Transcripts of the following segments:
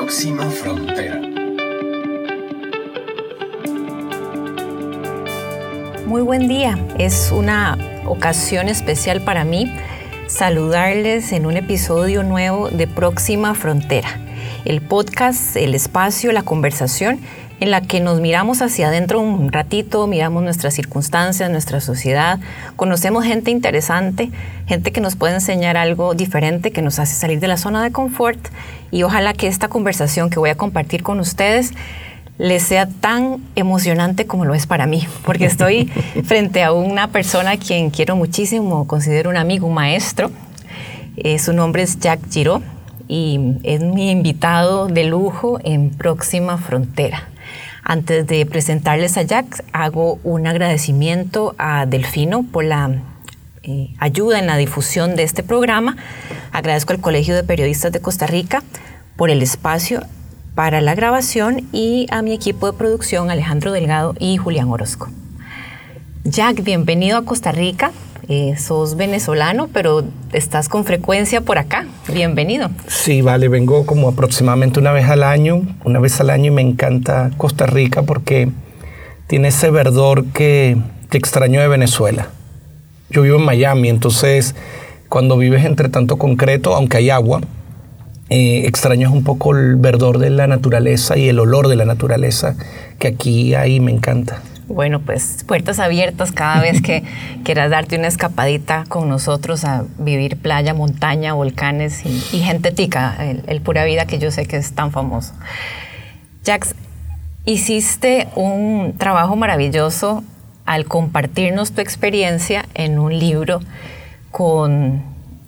Próxima Frontera. Muy buen día. Es una ocasión especial para mí saludarles en un episodio nuevo de Próxima Frontera, el podcast, el espacio, la conversación en la que nos miramos hacia adentro un ratito, miramos nuestras circunstancias, nuestra sociedad, conocemos gente interesante, gente que nos puede enseñar algo diferente, que nos hace salir de la zona de confort, y ojalá que esta conversación que voy a compartir con ustedes les sea tan emocionante como lo es para mí, porque estoy frente a una persona a quien quiero muchísimo, considero un amigo, un maestro. Su nombre es Jack Giraud y es mi invitado de lujo en Próxima Frontera. Antes de presentarles a Jack, hago un agradecimiento a Delfino por la ayuda en la difusión de este programa. Agradezco al Colegio de Periodistas de Costa Rica por el espacio para la grabación y a mi equipo de producción, Alejandro Delgado y Julián Orozco. Jack, bienvenido a Costa Rica. Sos venezolano, pero estás con frecuencia por acá. Bienvenido. Sí, vale, vengo como aproximadamente una vez al año y me encanta Costa Rica porque tiene ese verdor que extraño de Venezuela. Yo vivo en Miami, entonces cuando vives entre tanto concreto, aunque hay agua, extrañas un poco el verdor de la naturaleza y el olor de la naturaleza que aquí hay, me encanta. Bueno, pues puertas abiertas cada vez que quieras darte una escapadita con nosotros a vivir playa, montaña, volcanes y gente tica, el pura vida que yo sé que es tan famoso. Jax, hiciste un trabajo maravilloso al compartirnos tu experiencia en un libro con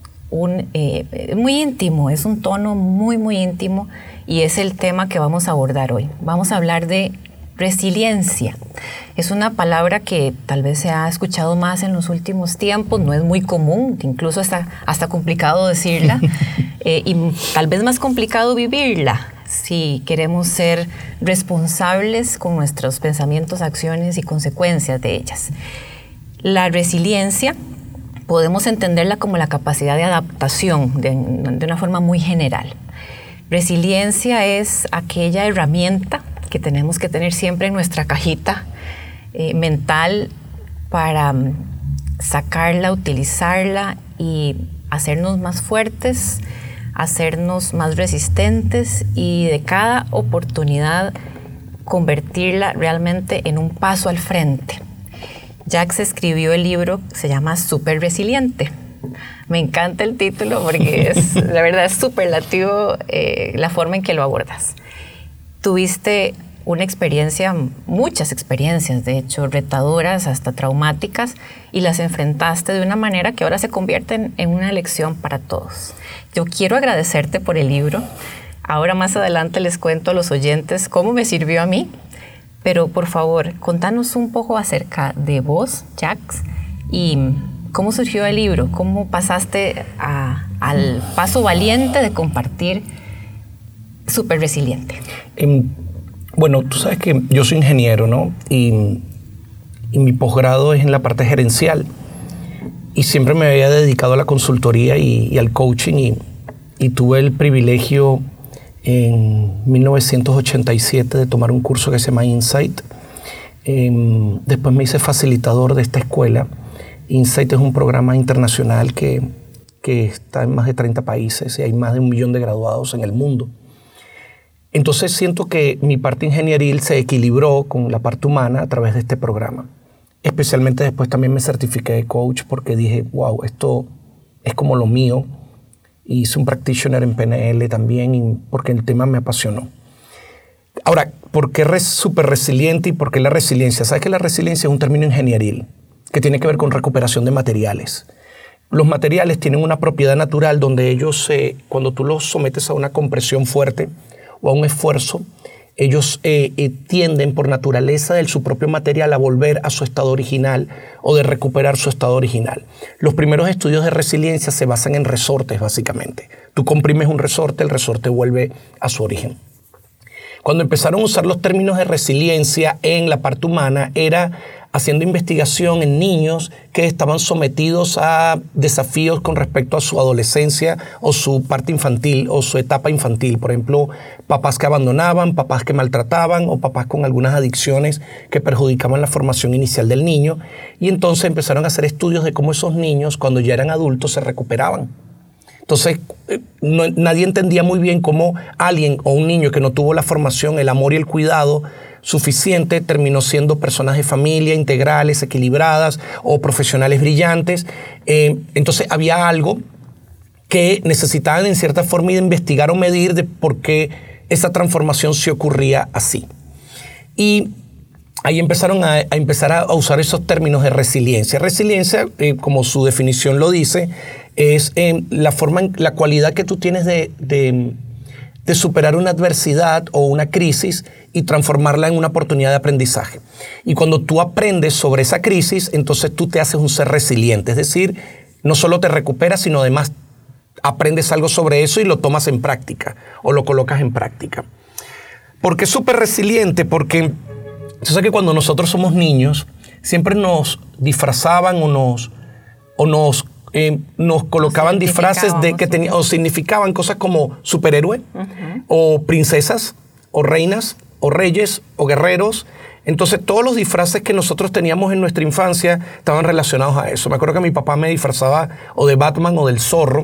muy íntimo, es un tono muy, muy íntimo y es el tema que vamos a abordar hoy. Vamos a hablar de resiliencia. Es una palabra que tal vez se ha escuchado más en los últimos tiempos, no es muy común, incluso hasta complicado decirla y tal vez más complicado vivirla si queremos ser responsables con nuestros pensamientos, acciones y consecuencias de ellas. La resiliencia podemos entenderla como la capacidad de adaptación de una forma muy general. Resiliencia es aquella herramienta que tenemos que tener siempre en nuestra cajita mental para sacarla, utilizarla y hacernos más fuertes, hacernos más resistentes y de cada oportunidad convertirla realmente en un paso al frente. Jax escribió el libro, se llama Súper Resiliente. Me encanta el título porque la verdad es superlativo la forma en que lo abordas. Tuviste una experiencia, muchas experiencias, de hecho, retadoras, hasta traumáticas, y las enfrentaste de una manera que ahora se convierten en una lección para todos. Yo quiero agradecerte por el libro. Ahora más adelante les cuento a los oyentes cómo me sirvió a mí, pero por favor, contanos un poco acerca de vos, Jax, y cómo surgió el libro, cómo pasaste al paso valiente de compartir Súper Resiliente. Bueno, tú sabes que yo soy ingeniero, ¿no? Y mi posgrado es en la parte gerencial. Y siempre me había dedicado a la consultoría y al coaching. Y tuve el privilegio en 1987 de tomar un curso que se llama Insight. Después me hice facilitador de esta escuela. Insight es un programa internacional que está en más de 30 países y hay más de 1 millón de graduados en el mundo. Entonces siento que mi parte ingenieril se equilibró con la parte humana a través de este programa. Especialmente después también me certifiqué de coach porque dije, wow, esto es como lo mío. Hice un practitioner en PNL también porque el tema me apasionó. Ahora, ¿por qué súper resiliente y por qué la resiliencia? ¿Sabes que la resiliencia es un término ingenieril que tiene que ver con recuperación de materiales? Los materiales tienen una propiedad natural donde ellos, cuando tú los sometes a una compresión fuerte o a un esfuerzo, ellos tienden por naturaleza de su propio material a volver a su estado original o de recuperar su estado original. Los primeros estudios de resiliencia se basan en resortes, básicamente. Tú comprimes un resorte, el resorte vuelve a su origen. Cuando empezaron a usar los términos de resiliencia en la parte humana, era haciendo investigación en niños que estaban sometidos a desafíos con respecto a su adolescencia o su parte infantil o su etapa infantil. Por ejemplo, papás que abandonaban, papás que maltrataban o papás con algunas adicciones que perjudicaban la formación inicial del niño. Y entonces empezaron a hacer estudios de cómo esos niños, cuando ya eran adultos, se recuperaban. Entonces, nadie entendía muy bien cómo alguien o un niño que no tuvo la formación, el amor y el cuidado suficiente terminó siendo personas de familia integrales, equilibradas o profesionales brillantes. Entonces, había algo que necesitaban en cierta forma investigar o medir de por qué esa transformación se ocurría así. Y ahí empezaron a usar esos términos de resiliencia. Resiliencia, como su definición lo dice, es la cualidad que tú tienes de superar una adversidad o una crisis y transformarla en una oportunidad de aprendizaje. Y cuando tú aprendes sobre esa crisis, entonces tú te haces un ser resiliente. Es decir, no solo te recuperas, sino además aprendes algo sobre eso y lo tomas en práctica o lo colocas en práctica. ¿Por qué súper resiliente? Porque yo sé que cuando nosotros somos niños, siempre nos disfrazaban o nos colocaban disfraces de que o significaban cosas como superhéroe, o princesas, o reinas, o reyes, o guerreros. Entonces todos los disfraces que nosotros teníamos en nuestra infancia estaban relacionados a eso. Me acuerdo que mi papá me disfrazaba o de Batman o del Zorro,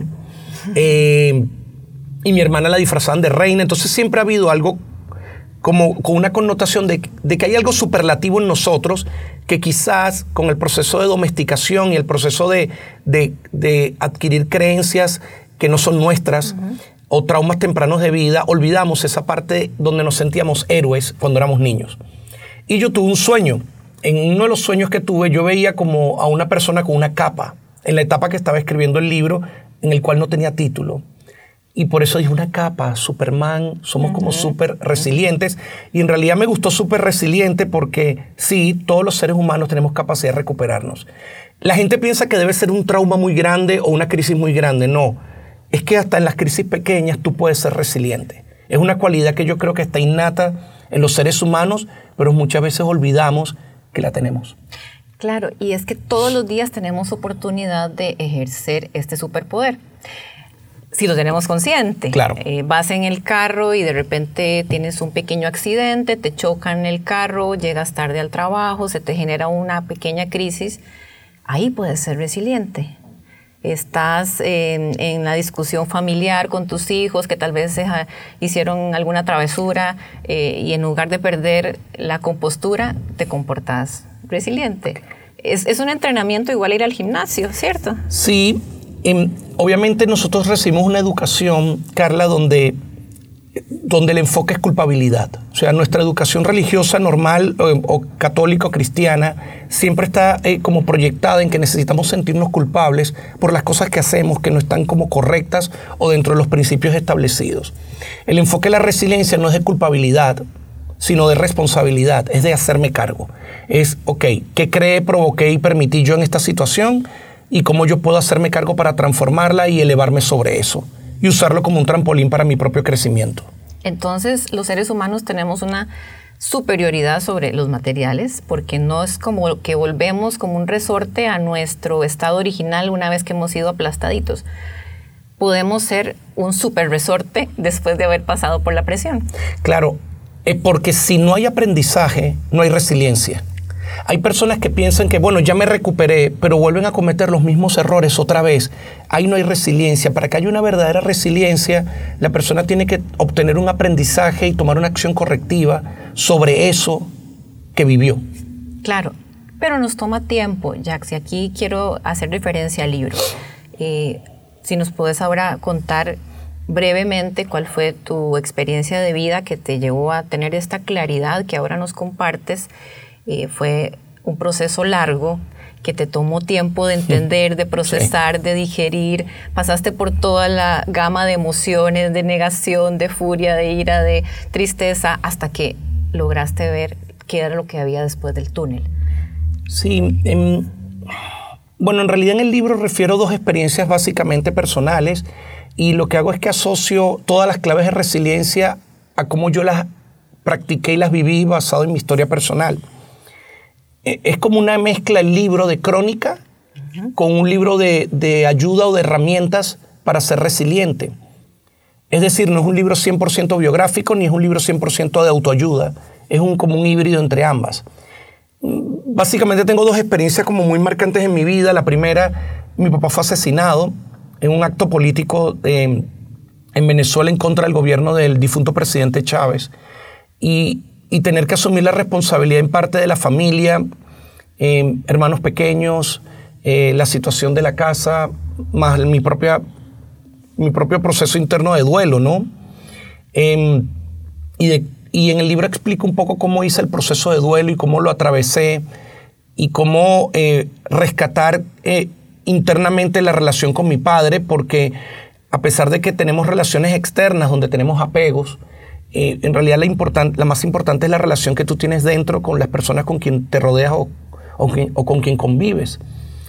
y mi hermana la disfrazaban de reina. Entonces siempre ha habido algo como con una connotación de que hay algo superlativo en nosotros que quizás con el proceso de domesticación y el proceso de adquirir creencias que no son nuestras o traumas tempranos de vida, olvidamos esa parte donde nos sentíamos héroes cuando éramos niños. Y yo tuve un sueño. En uno de los sueños que tuve, yo veía como a una persona con una capa en la etapa que estaba escribiendo el libro, en el cual no tenía título. Y por eso dije, una capa, Superman, somos como súper resilientes. Y en realidad me gustó súper resiliente porque sí, todos los seres humanos tenemos capacidad de recuperarnos. La gente piensa que debe ser un trauma muy grande o una crisis muy grande. No, es que hasta en las crisis pequeñas tú puedes ser resiliente. Es una cualidad que yo creo que está innata en los seres humanos, pero muchas veces olvidamos que la tenemos. Claro, y es que todos los días tenemos oportunidad de ejercer este superpoder. Si lo tenemos consciente. Claro. Vas en el carro y de repente tienes un pequeño accidente, te chocan el carro, llegas tarde al trabajo, se te genera una pequeña crisis. Ahí puedes ser resiliente. Estás en la discusión familiar con tus hijos que tal vez hicieron alguna travesura y en lugar de perder la compostura, te comportas resiliente. Es un entrenamiento igual a ir al gimnasio, ¿cierto? Sí. Obviamente nosotros recibimos una educación, Carla, donde el enfoque es culpabilidad. O sea, nuestra educación religiosa normal o católica o cristiana siempre está como proyectada en que necesitamos sentirnos culpables por las cosas que hacemos que no están como correctas o dentro de los principios establecidos. El enfoque de la resiliencia no es de culpabilidad, sino de responsabilidad, es de hacerme cargo. Es, ok, ¿qué creé, provoqué y permití yo en esta situación? Y cómo yo puedo hacerme cargo para transformarla y elevarme sobre eso y usarlo como un trampolín para mi propio crecimiento. Entonces, los seres humanos tenemos una superioridad sobre los materiales porque no es como que volvemos como un resorte a nuestro estado original una vez que hemos sido aplastaditos. Podemos ser un super resorte después de haber pasado por la presión. Claro, porque si no hay aprendizaje, no hay resiliencia. Hay personas que piensan que, bueno, ya me recuperé, pero vuelven a cometer los mismos errores otra vez. Ahí no hay resiliencia. Para que haya una verdadera resiliencia, la persona tiene que obtener un aprendizaje y tomar una acción correctiva sobre eso que vivió. Claro, pero nos toma tiempo, Jax, y aquí quiero hacer referencia al libro. Si nos puedes ahora contar brevemente cuál fue tu experiencia de vida que te llevó a tener esta claridad que ahora nos compartes. Fue un proceso largo que te tomó tiempo de entender, de procesar, de digerir. Pasaste por toda la gama de emociones, de negación, de furia, de ira, de tristeza, hasta que lograste ver qué era lo que había después del túnel. Sí, bueno, en realidad en el libro refiero dos experiencias básicamente personales y lo que hago es que asocio todas las claves de resiliencia a cómo yo las practiqué y las viví basado en mi historia personal. es como una mezcla el libro de crónica con un libro de ayuda o de herramientas para ser resiliente. Es decir, no es un libro 100% biográfico ni es un libro 100% de autoayuda. Es como un híbrido entre ambas. Básicamente tengo dos experiencias como muy marcantes en mi vida. La primera, mi papá fue asesinado en un acto político en Venezuela en contra del gobierno del difunto presidente Chávez. Y tener que asumir la responsabilidad en parte de la familia, hermanos pequeños, la situación de la casa, más mi propio proceso interno de duelo, ¿no? Y en el libro explico un poco cómo hice el proceso de duelo y cómo lo atravesé y cómo rescatar internamente la relación con mi padre, porque a pesar de que tenemos relaciones externas donde tenemos apegos, en realidad la más importante es la relación que tú tienes dentro con las personas con quien te rodeas o con quien convives.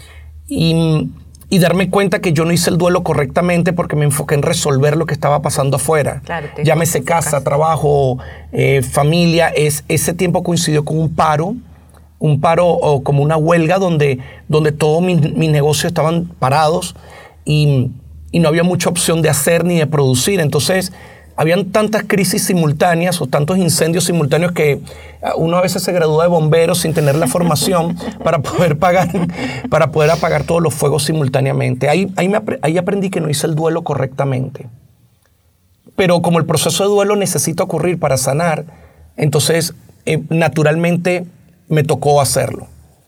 Y darme cuenta que yo no hice el duelo correctamente porque me enfoqué en resolver lo que estaba pasando afuera. Claro, llámese casa, trabajo, familia. Ese tiempo coincidió con un paro o como una huelga donde todos mis negocios estaban parados y no había mucha opción de hacer ni de producir. Entonces, habían tantas crisis simultáneas o tantos incendios simultáneos que uno a veces se gradúa de bombero sin tener la formación para poder apagar todos los fuegos simultáneamente. Ahí aprendí que no hice el duelo correctamente. Pero como el proceso de duelo necesita ocurrir para sanar, entonces naturalmente me tocó hacerlo.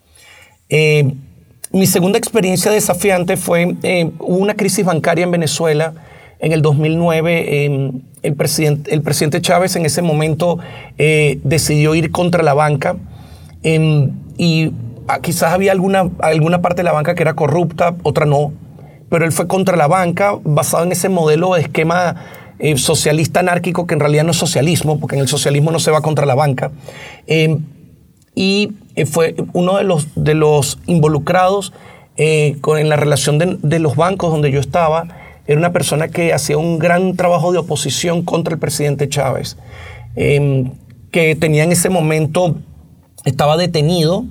Mi segunda experiencia desafiante fue, hubo una crisis bancaria en Venezuela en el 2009. El presidente Chávez en ese momento decidió ir contra la banca y quizás había alguna parte de la banca que era corrupta, otra no, pero él fue contra la banca basado en ese modelo de esquema socialista anárquico que en realidad no es socialismo, porque en el socialismo no se va contra la banca. Y fue uno de los involucrados en la relación de los bancos donde yo estaba. Era una persona que hacía un gran trabajo de oposición contra el presidente Chávez, que tenía en ese momento, estaba detenido.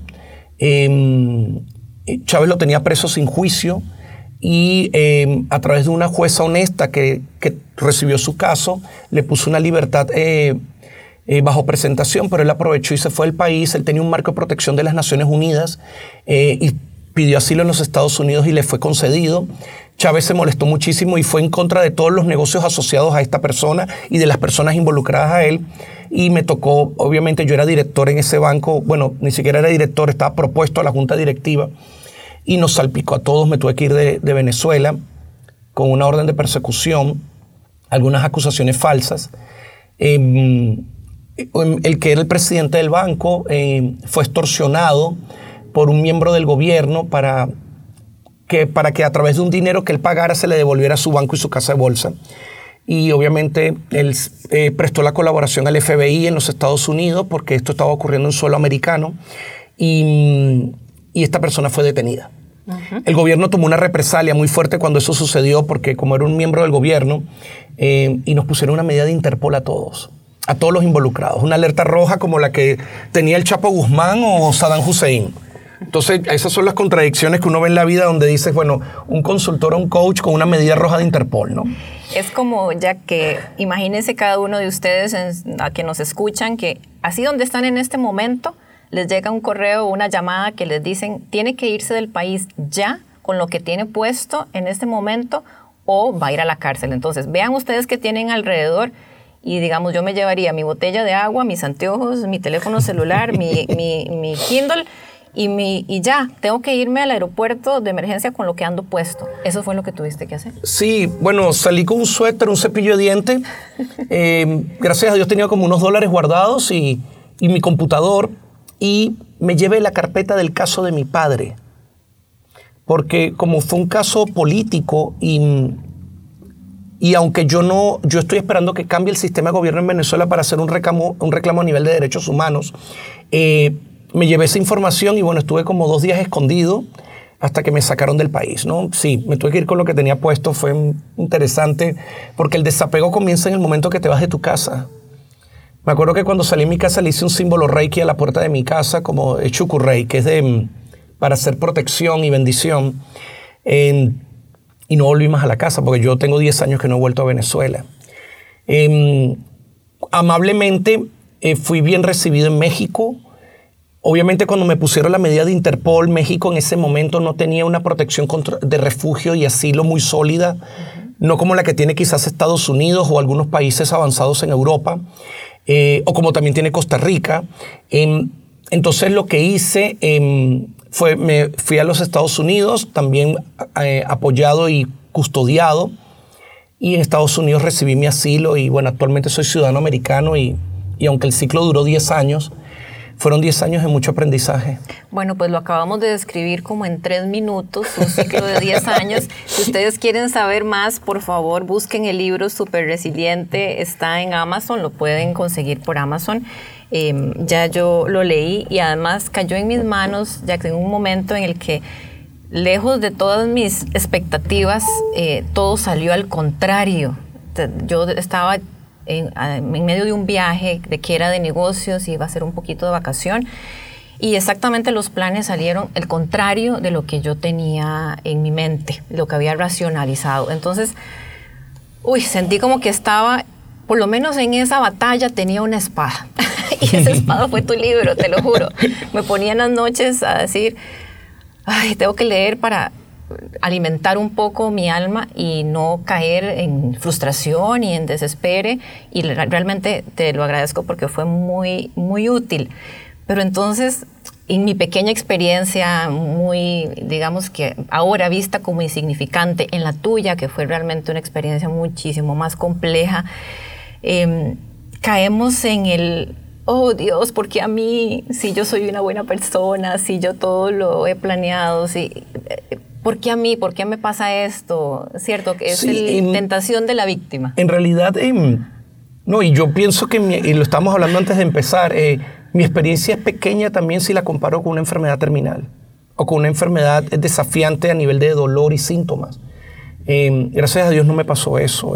Chávez lo tenía preso sin juicio y a través de una jueza honesta que recibió su caso, le puso una libertad bajo presentación, pero él aprovechó y se fue del país. Él tenía un marco de protección de las Naciones Unidas y pidió asilo en los Estados Unidos y le fue concedido. Chávez se molestó muchísimo y fue en contra de todos los negocios asociados a esta persona y de las personas involucradas a él. Y me tocó, obviamente yo era director en ese banco, bueno, ni siquiera era director, estaba propuesto a la junta directiva y nos salpicó a todos. Me tuve que ir de Venezuela con una orden de persecución, algunas acusaciones falsas. El que era el presidente del banco fue extorsionado por un miembro del gobierno para que a través de un dinero que él pagara se le devolviera a su banco y su casa de bolsa. Y obviamente él prestó la colaboración al FBI en los Estados Unidos porque esto estaba ocurriendo en suelo americano y esta persona fue detenida. Uh-huh. El gobierno tomó una represalia muy fuerte cuando eso sucedió porque como era un miembro del gobierno y nos pusieron una medida de Interpol a todos los involucrados. Una alerta roja como la que tenía el Chapo Guzmán o Saddam Hussein. Entonces, esas son las contradicciones que uno ve en la vida donde dices, bueno, un consultor o un coach con una medida roja de Interpol, ¿no? Es como, ya que imagínense cada uno de ustedes a que nos escuchan, que así donde están en este momento, les llega un correo o una llamada que les dicen, tiene que irse del país ya con lo que tiene puesto en este momento o va a ir a la cárcel. Entonces, vean ustedes qué tienen alrededor y digamos, yo me llevaría mi botella de agua, mis anteojos, mi teléfono celular, mi Kindle y ya, tengo que irme al aeropuerto de emergencia con lo que ando puesto. ¿Eso fue lo que tuviste que hacer? Sí, bueno, salí con un suéter, un cepillo de dientes. Gracias a Dios tenía como unos $, guardados y mi computador. Y me llevé la carpeta del caso de mi padre. Porque como fue un caso político y aunque yo estoy esperando que cambie el sistema de gobierno en Venezuela para hacer un reclamo a nivel de derechos humanos, me llevé esa información y bueno, estuve como 2 días escondido hasta que me sacaron del país, ¿no? Sí, me tuve que ir con lo que tenía puesto, fue interesante porque el desapego comienza en el momento que te vas de tu casa. Me acuerdo que cuando salí de mi casa le hice un símbolo Reiki a la puerta de mi casa, como Chukurei, que es para hacer protección y bendición. Y no volví más a la casa, porque yo tengo 10 años que no he vuelto a Venezuela. Amablemente fui bien recibido en México. Obviamente cuando me pusieron la medida de Interpol, México en ese momento no tenía una protección de refugio y asilo muy sólida, no como la que tiene quizás Estados Unidos o algunos países avanzados en Europa, o como también tiene Costa Rica. Entonces lo que hice me fui a los Estados Unidos, también apoyado y custodiado, y en Estados Unidos recibí mi asilo y bueno, actualmente soy ciudadano americano y aunque el ciclo duró 10 años, fueron 10 años de mucho aprendizaje. Bueno, pues lo acabamos de describir como en 3 minutos, un ciclo de 10 años. Si ustedes quieren saber más, por favor, busquen el libro Súper Resiliente. Está en Amazon, lo pueden conseguir por Amazon. Ya yo lo leí y además cayó en mis manos, ya que en un momento en el que, lejos de todas mis expectativas, todo salió al contrario. Yo estaba en medio de un viaje de que era de negocios y iba a ser un poquito de vacación y exactamente los planes salieron el contrario de lo que yo tenía en mi mente, lo que había racionalizado. Entonces, sentí como que estaba, por lo menos en esa batalla tenía una espada y esa espada fue tu libro, te lo juro. Me ponía en las noches a decir, tengo que leer para alimentar un poco mi alma y no caer en frustración y en desespero, y realmente te lo agradezco porque fue muy, muy útil. Pero entonces, en mi pequeña experiencia, muy, digamos que ahora vista como insignificante, en la tuya, que fue realmente una experiencia muchísimo más compleja, caemos en el, oh Dios, ¿por qué a mí? Si yo soy una buena persona, si yo todo lo he planeado, si... ¿Por qué a mí? ¿Por qué me pasa esto? ¿Cierto? Que es la tentación de la víctima. En realidad, no, y yo pienso que, y lo estamos hablando antes de empezar, mi experiencia es pequeña también si la comparo con una enfermedad terminal o con una enfermedad desafiante a nivel de dolor y síntomas. Gracias a Dios no me pasó eso.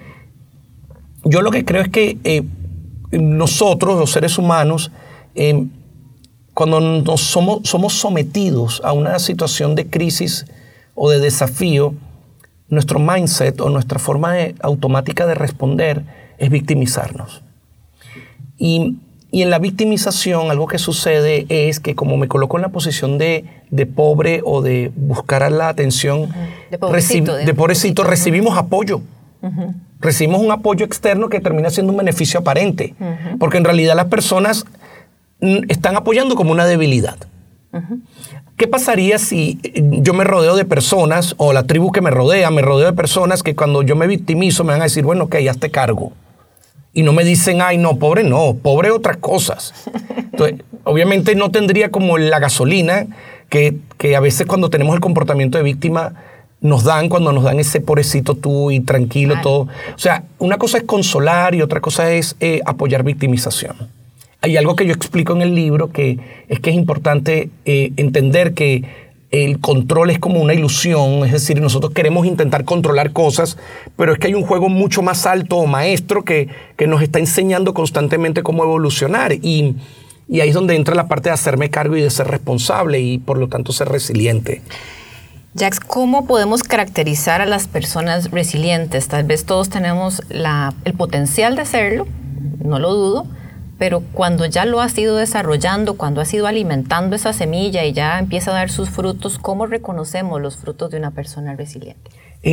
Yo lo que creo es que nosotros, los seres humanos, cuando somos sometidos a una situación de crisis o de desafío, nuestro mindset o nuestra forma automática de responder es victimizarnos. Y en la victimización algo que sucede es que como me coloco en la posición de pobre o de buscar la atención, de pobrecito, recibimos apoyo. Recibimos un apoyo externo que termina siendo un beneficio aparente. Porque en realidad las personas están apoyando como una debilidad. ¿Qué pasaría si yo me rodeo de personas, o la tribu que me rodeo de personas que cuando yo me victimizo me van a decir, bueno, ok, hazte cargo? Y no me dicen, ay, no, pobre otras cosas. Entonces, obviamente no tendría como la gasolina que a veces cuando tenemos el comportamiento de víctima cuando nos dan ese pobrecito tú y tranquilo todo. O sea, una cosa es consolar y otra cosa es apoyar victimización. Hay algo que yo explico en el libro que es importante entender que el control es como una ilusión, es decir, nosotros queremos intentar controlar cosas, pero es que hay un juego mucho más alto o maestro que nos está enseñando constantemente cómo evolucionar y ahí es donde entra la parte de hacerme cargo y de ser responsable y por lo tanto ser resiliente. Jax, ¿cómo podemos caracterizar a las personas resilientes? Tal vez todos tenemos el potencial de serlo, no lo dudo, pero cuando ya lo has ido desarrollando, cuando has ido alimentando esa semilla y ya empieza a dar sus frutos, ¿cómo reconocemos los frutos de una persona resiliente?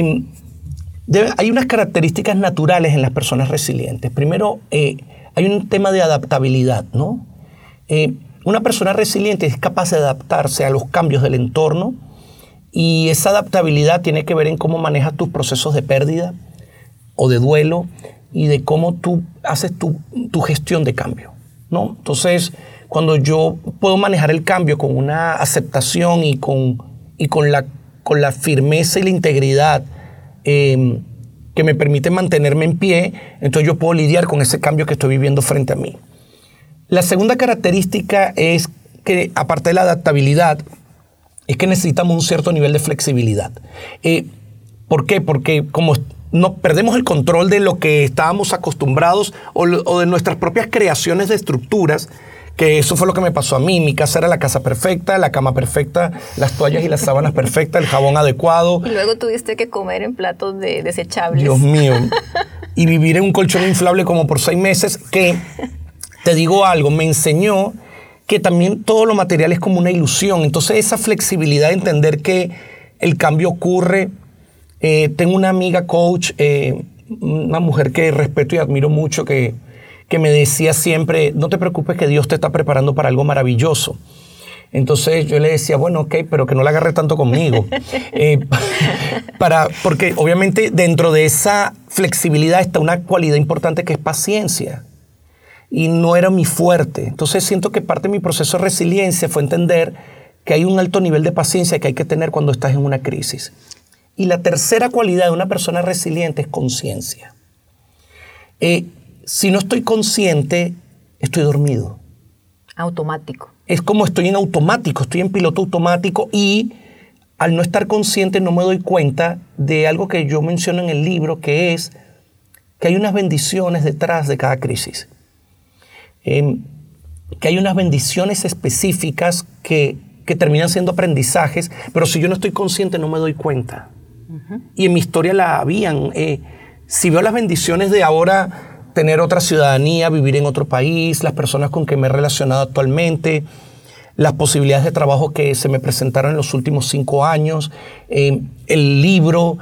Hay unas características naturales en las personas resilientes. Primero, hay un tema de adaptabilidad, ¿no? Una persona resiliente es capaz de adaptarse a los cambios del entorno y esa adaptabilidad tiene que ver en cómo manejas tus procesos de pérdida o de duelo, y de cómo tú haces tu gestión de cambio, ¿no? Entonces, cuando yo puedo manejar el cambio con una aceptación y con la firmeza y la integridad que me permite mantenerme en pie, entonces yo puedo lidiar con ese cambio que estoy viviendo frente a mí. La segunda característica es que, aparte de la adaptabilidad, es que necesitamos un cierto nivel de flexibilidad. ¿Por qué? Porque como no perdemos el control de lo que estábamos acostumbrados o de nuestras propias creaciones de estructuras, que eso fue lo que me pasó a mí. Mi casa era la casa perfecta, la cama perfecta, las toallas y las sábanas perfectas, el jabón adecuado. Y luego tuviste que comer en platos desechables. Dios mío. Y vivir en un colchón inflable como por 6 meses, que, te digo algo, me enseñó que también todo lo material es como una ilusión. Entonces esa flexibilidad de entender que el cambio ocurre. Tengo una amiga coach, una mujer que respeto y admiro mucho, que me decía siempre, no te preocupes que Dios te está preparando para algo maravilloso. Entonces yo le decía, bueno, ok, pero que no la agarre tanto conmigo. Porque obviamente dentro de esa flexibilidad está una cualidad importante que es paciencia. Y no era mi fuerte. Entonces siento que parte de mi proceso de resiliencia fue entender que hay un alto nivel de paciencia que hay que tener cuando estás en una crisis. Y la tercera cualidad de una persona resiliente es conciencia. Si no estoy consciente, estoy dormido. Automático. Es como estoy en automático, estoy en piloto automático, y al no estar consciente no me doy cuenta de algo que yo menciono en el libro, que es que hay unas bendiciones detrás de cada crisis. Que hay unas bendiciones específicas que terminan siendo aprendizajes, pero si yo no estoy consciente no me doy cuenta. Uh-huh. Y en mi historia la habían. Si veo las bendiciones de ahora tener otra ciudadanía, vivir en otro país, las personas con que me he relacionado actualmente, las posibilidades de trabajo que se me presentaron en los últimos 5 años, el libro,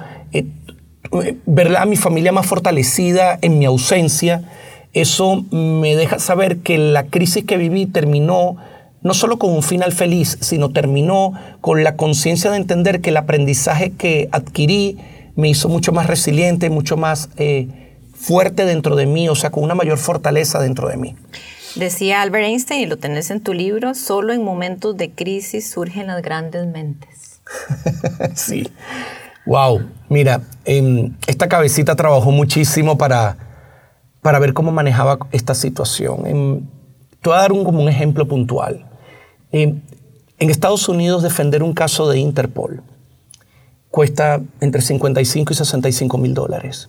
ver a mi familia más fortalecida en mi ausencia, eso me deja saber que la crisis que viví terminó no solo con un final feliz, sino terminó con la conciencia de entender que el aprendizaje que adquirí me hizo mucho más resiliente, mucho más fuerte dentro de mí, o sea, con una mayor fortaleza dentro de mí. Decía Albert Einstein, y lo tenés en tu libro, solo en momentos de crisis surgen las grandes mentes. Sí. Wow. Mira, esta cabecita trabajó muchísimo para ver cómo manejaba esta situación. Te voy a dar como un ejemplo puntual. En Estados Unidos defender un caso de Interpol cuesta entre 55 y 65 mil dólares.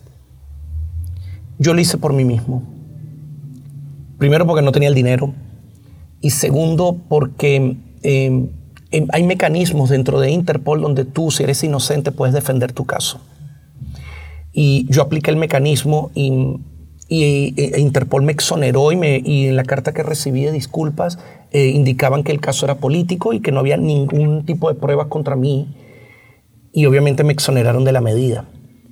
Yo lo hice por mí mismo. Primero porque no tenía el dinero, y segundo porque hay mecanismos dentro de Interpol donde tú, si eres inocente, puedes defender tu caso. Y yo apliqué el mecanismo y Interpol me exoneró, y en la carta que recibí de disculpas indicaban que el caso era político y que no había ningún tipo de pruebas contra mí, y obviamente me exoneraron de la medida.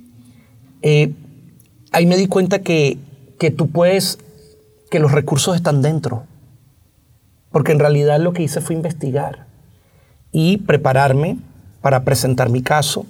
Ahí me di cuenta que tú puedes, que los recursos están dentro, porque en realidad lo que hice fue investigar y prepararme para presentar mi caso,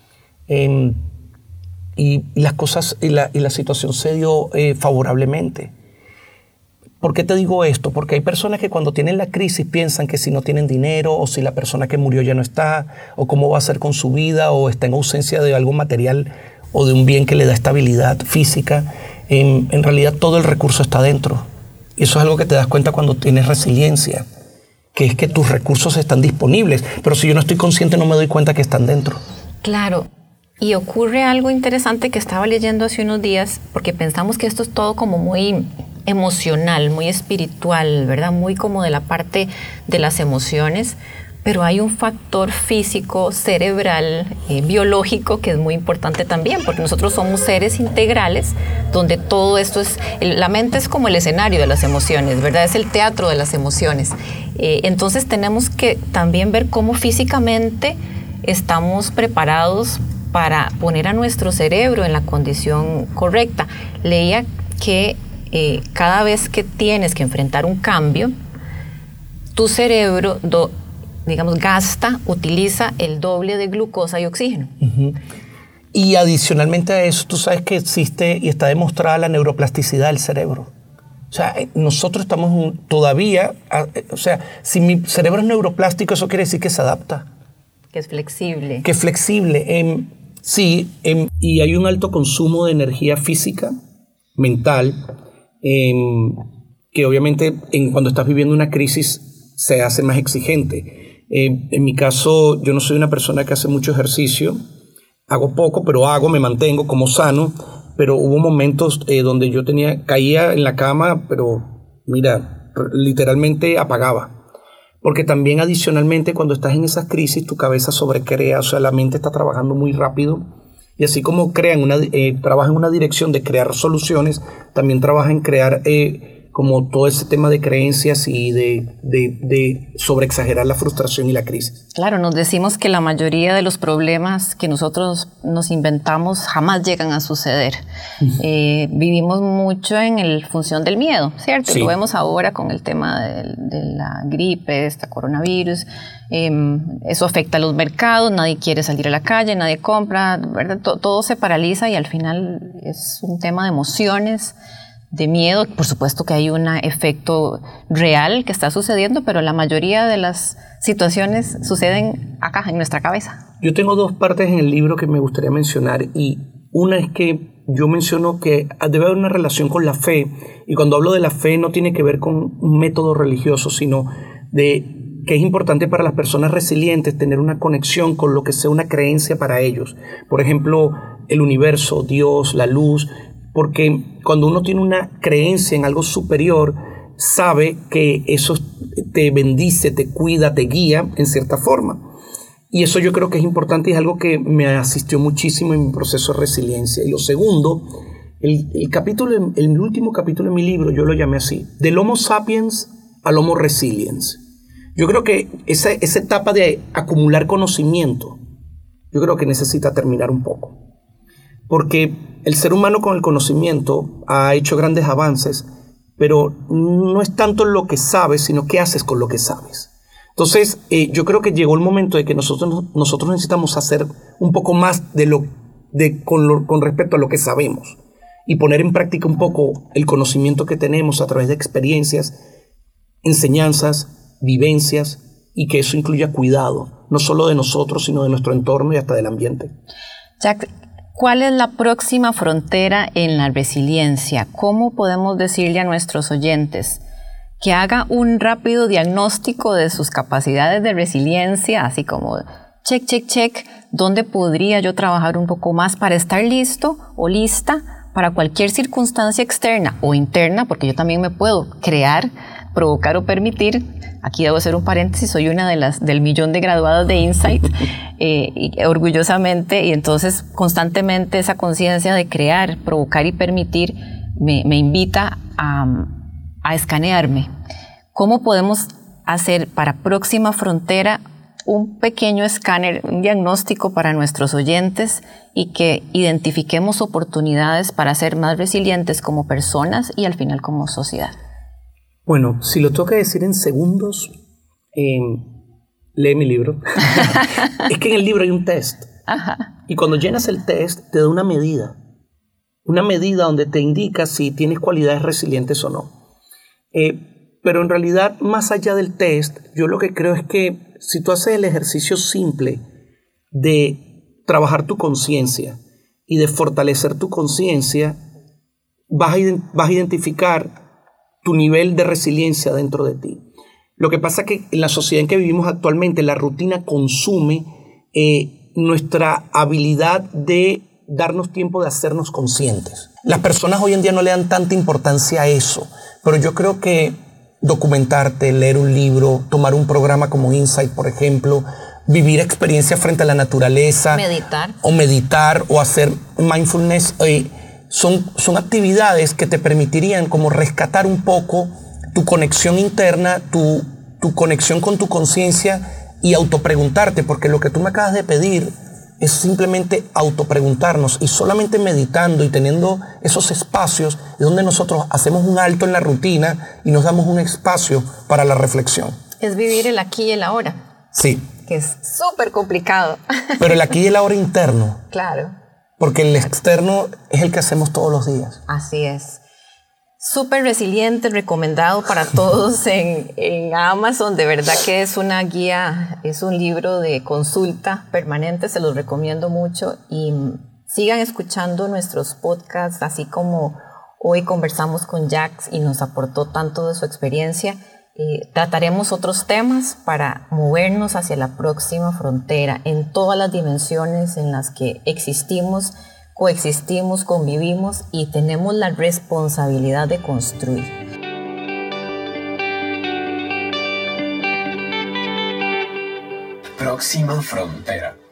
y las cosas y la situación se dio favorablemente. ¿Por qué te digo esto? Porque hay personas que cuando tienen la crisis piensan que si no tienen dinero, o si la persona que murió ya no está, o cómo va a ser con su vida, o está en ausencia de algo material o de un bien que le da estabilidad física. En realidad todo el recurso está dentro. Y eso es algo que te das cuenta cuando tienes resiliencia, que es que tus recursos están disponibles, pero si yo no estoy consciente no me doy cuenta que están dentro. Claro. Y ocurre algo interesante que estaba leyendo hace unos días, porque pensamos que esto es todo como muy emocional, muy espiritual, ¿verdad? Muy como de la parte de las emociones, pero hay un factor físico, cerebral, biológico, que es muy importante también, porque nosotros somos seres integrales, donde todo esto es, la mente es como el escenario de las emociones, ¿verdad? Es el teatro de las emociones. Entonces tenemos que también ver cómo físicamente estamos preparados para poner a nuestro cerebro en la condición correcta. Leía que cada vez que tienes que enfrentar un cambio, tu cerebro, utiliza el doble de glucosa y oxígeno. Uh-huh. Y adicionalmente a eso, tú sabes que existe y está demostrada la neuroplasticidad del cerebro. O sea, nosotros estamos todavía, si mi cerebro es neuroplástico, eso quiere decir que se adapta. Que es flexible. Que es flexible. Sí, y hay un alto consumo de energía física, mental, que obviamente cuando estás viviendo una crisis se hace más exigente. En mi caso, yo no soy una persona que hace mucho ejercicio, hago poco, pero me mantengo como sano, pero hubo momentos donde yo caía en la cama, pero mira, literalmente apagaba. Porque también adicionalmente cuando estás en esas crisis tu cabeza sobrecrea, o sea, la mente está trabajando muy rápido y así como trabaja en una dirección de crear soluciones, también trabaja en crear como todo ese tema de creencias y de sobreexagerar la frustración y la crisis. Claro, nos decimos que la mayoría de los problemas que nosotros nos inventamos jamás llegan a suceder. Vivimos mucho en función del miedo, ¿cierto? Sí. Lo vemos ahora con el tema de la gripe, coronavirus. Eso afecta a los mercados, nadie quiere salir a la calle, nadie compra, ¿verdad? Todo se paraliza y al final es un tema de emociones, de miedo. Por supuesto que hay un efecto real que está sucediendo, pero la mayoría de las situaciones suceden acá, en nuestra cabeza. Yo tengo dos partes en el libro que me gustaría mencionar, y una es que yo menciono que debe haber una relación con la fe, y cuando hablo de la fe no tiene que ver con un método religioso, sino de que es importante para las personas resilientes tener una conexión con lo que sea una creencia para ellos. Por ejemplo, el universo, Dios, la luz, porque cuando uno tiene una creencia en algo superior, sabe que eso te bendice, te cuida, te guía en cierta forma. Y eso yo creo que es importante y es algo que me asistió muchísimo en mi proceso de resiliencia. Y lo segundo, el último capítulo de mi libro, yo lo llamé así, del Homo sapiens al Homo resiliens. Yo creo que esa etapa de acumular conocimiento, yo creo que necesita terminar un poco. Porque el ser humano con el conocimiento ha hecho grandes avances, pero no es tanto lo que sabes, sino qué haces con lo que sabes. Entonces, yo creo que llegó el momento de que nosotros necesitamos hacer un poco más con respecto a lo que sabemos y poner en práctica un poco el conocimiento que tenemos a través de experiencias, enseñanzas, vivencias, y que eso incluya cuidado, no solo de nosotros, sino de nuestro entorno y hasta del ambiente. Jack, ¿cuál es la próxima frontera en la resiliencia? ¿Cómo podemos decirle a nuestros oyentes que haga un rápido diagnóstico de sus capacidades de resiliencia, así como check, check, check, dónde podría yo trabajar un poco más para estar listo o lista para cualquier circunstancia externa o interna, porque yo también me puedo crear, provocar o permitir? Aquí debo hacer un paréntesis, soy una del millón de graduados de Insight, orgullosamente, y entonces constantemente esa conciencia de crear, provocar y permitir me invita a escanearme. ¿Cómo podemos hacer para próxima frontera un pequeño escáner, un diagnóstico para nuestros oyentes y que identifiquemos oportunidades para ser más resilientes como personas y al final como sociedad? Bueno, si lo tengo que decir en segundos, lee mi libro. Es que en el libro hay un test. Ajá. Y cuando llenas el test, te da una medida donde te indica si tienes cualidades resilientes o no. Pero en realidad, más allá del test, yo lo que creo es que si tú haces el ejercicio simple de trabajar tu conciencia y de fortalecer tu conciencia, vas a identificar tu nivel de resiliencia dentro de ti. Lo que pasa es que en la sociedad en que vivimos actualmente, la rutina consume nuestra habilidad de darnos tiempo de hacernos conscientes. Las personas hoy en día no le dan tanta importancia a eso, pero yo creo que documentarte, leer un libro, tomar un programa como Insight, por ejemplo, vivir experiencias frente a la naturaleza, meditar o hacer mindfulness, son actividades que te permitirían como rescatar un poco tu conexión interna, tu conexión con tu conciencia y autopreguntarte, porque lo que tú me acabas de pedir es simplemente autopreguntarnos, y solamente meditando y teniendo esos espacios es donde nosotros hacemos un alto en la rutina y nos damos un espacio para la reflexión. Es vivir el aquí y el ahora. Sí. Que es súper complicado. Pero el aquí y el ahora interno. Claro. Porque el externo es el que hacemos todos los días. Así es. Súper resiliente, recomendado para todos en Amazon. De verdad que es una guía, es un libro de consulta permanente, se los recomiendo mucho. Y sigan escuchando nuestros podcasts, así como hoy conversamos con Jack y nos aportó tanto de su experiencia. Trataremos otros temas para movernos hacia la próxima frontera en todas las dimensiones en las que existimos, coexistimos, convivimos y tenemos la responsabilidad de construir. Próxima frontera.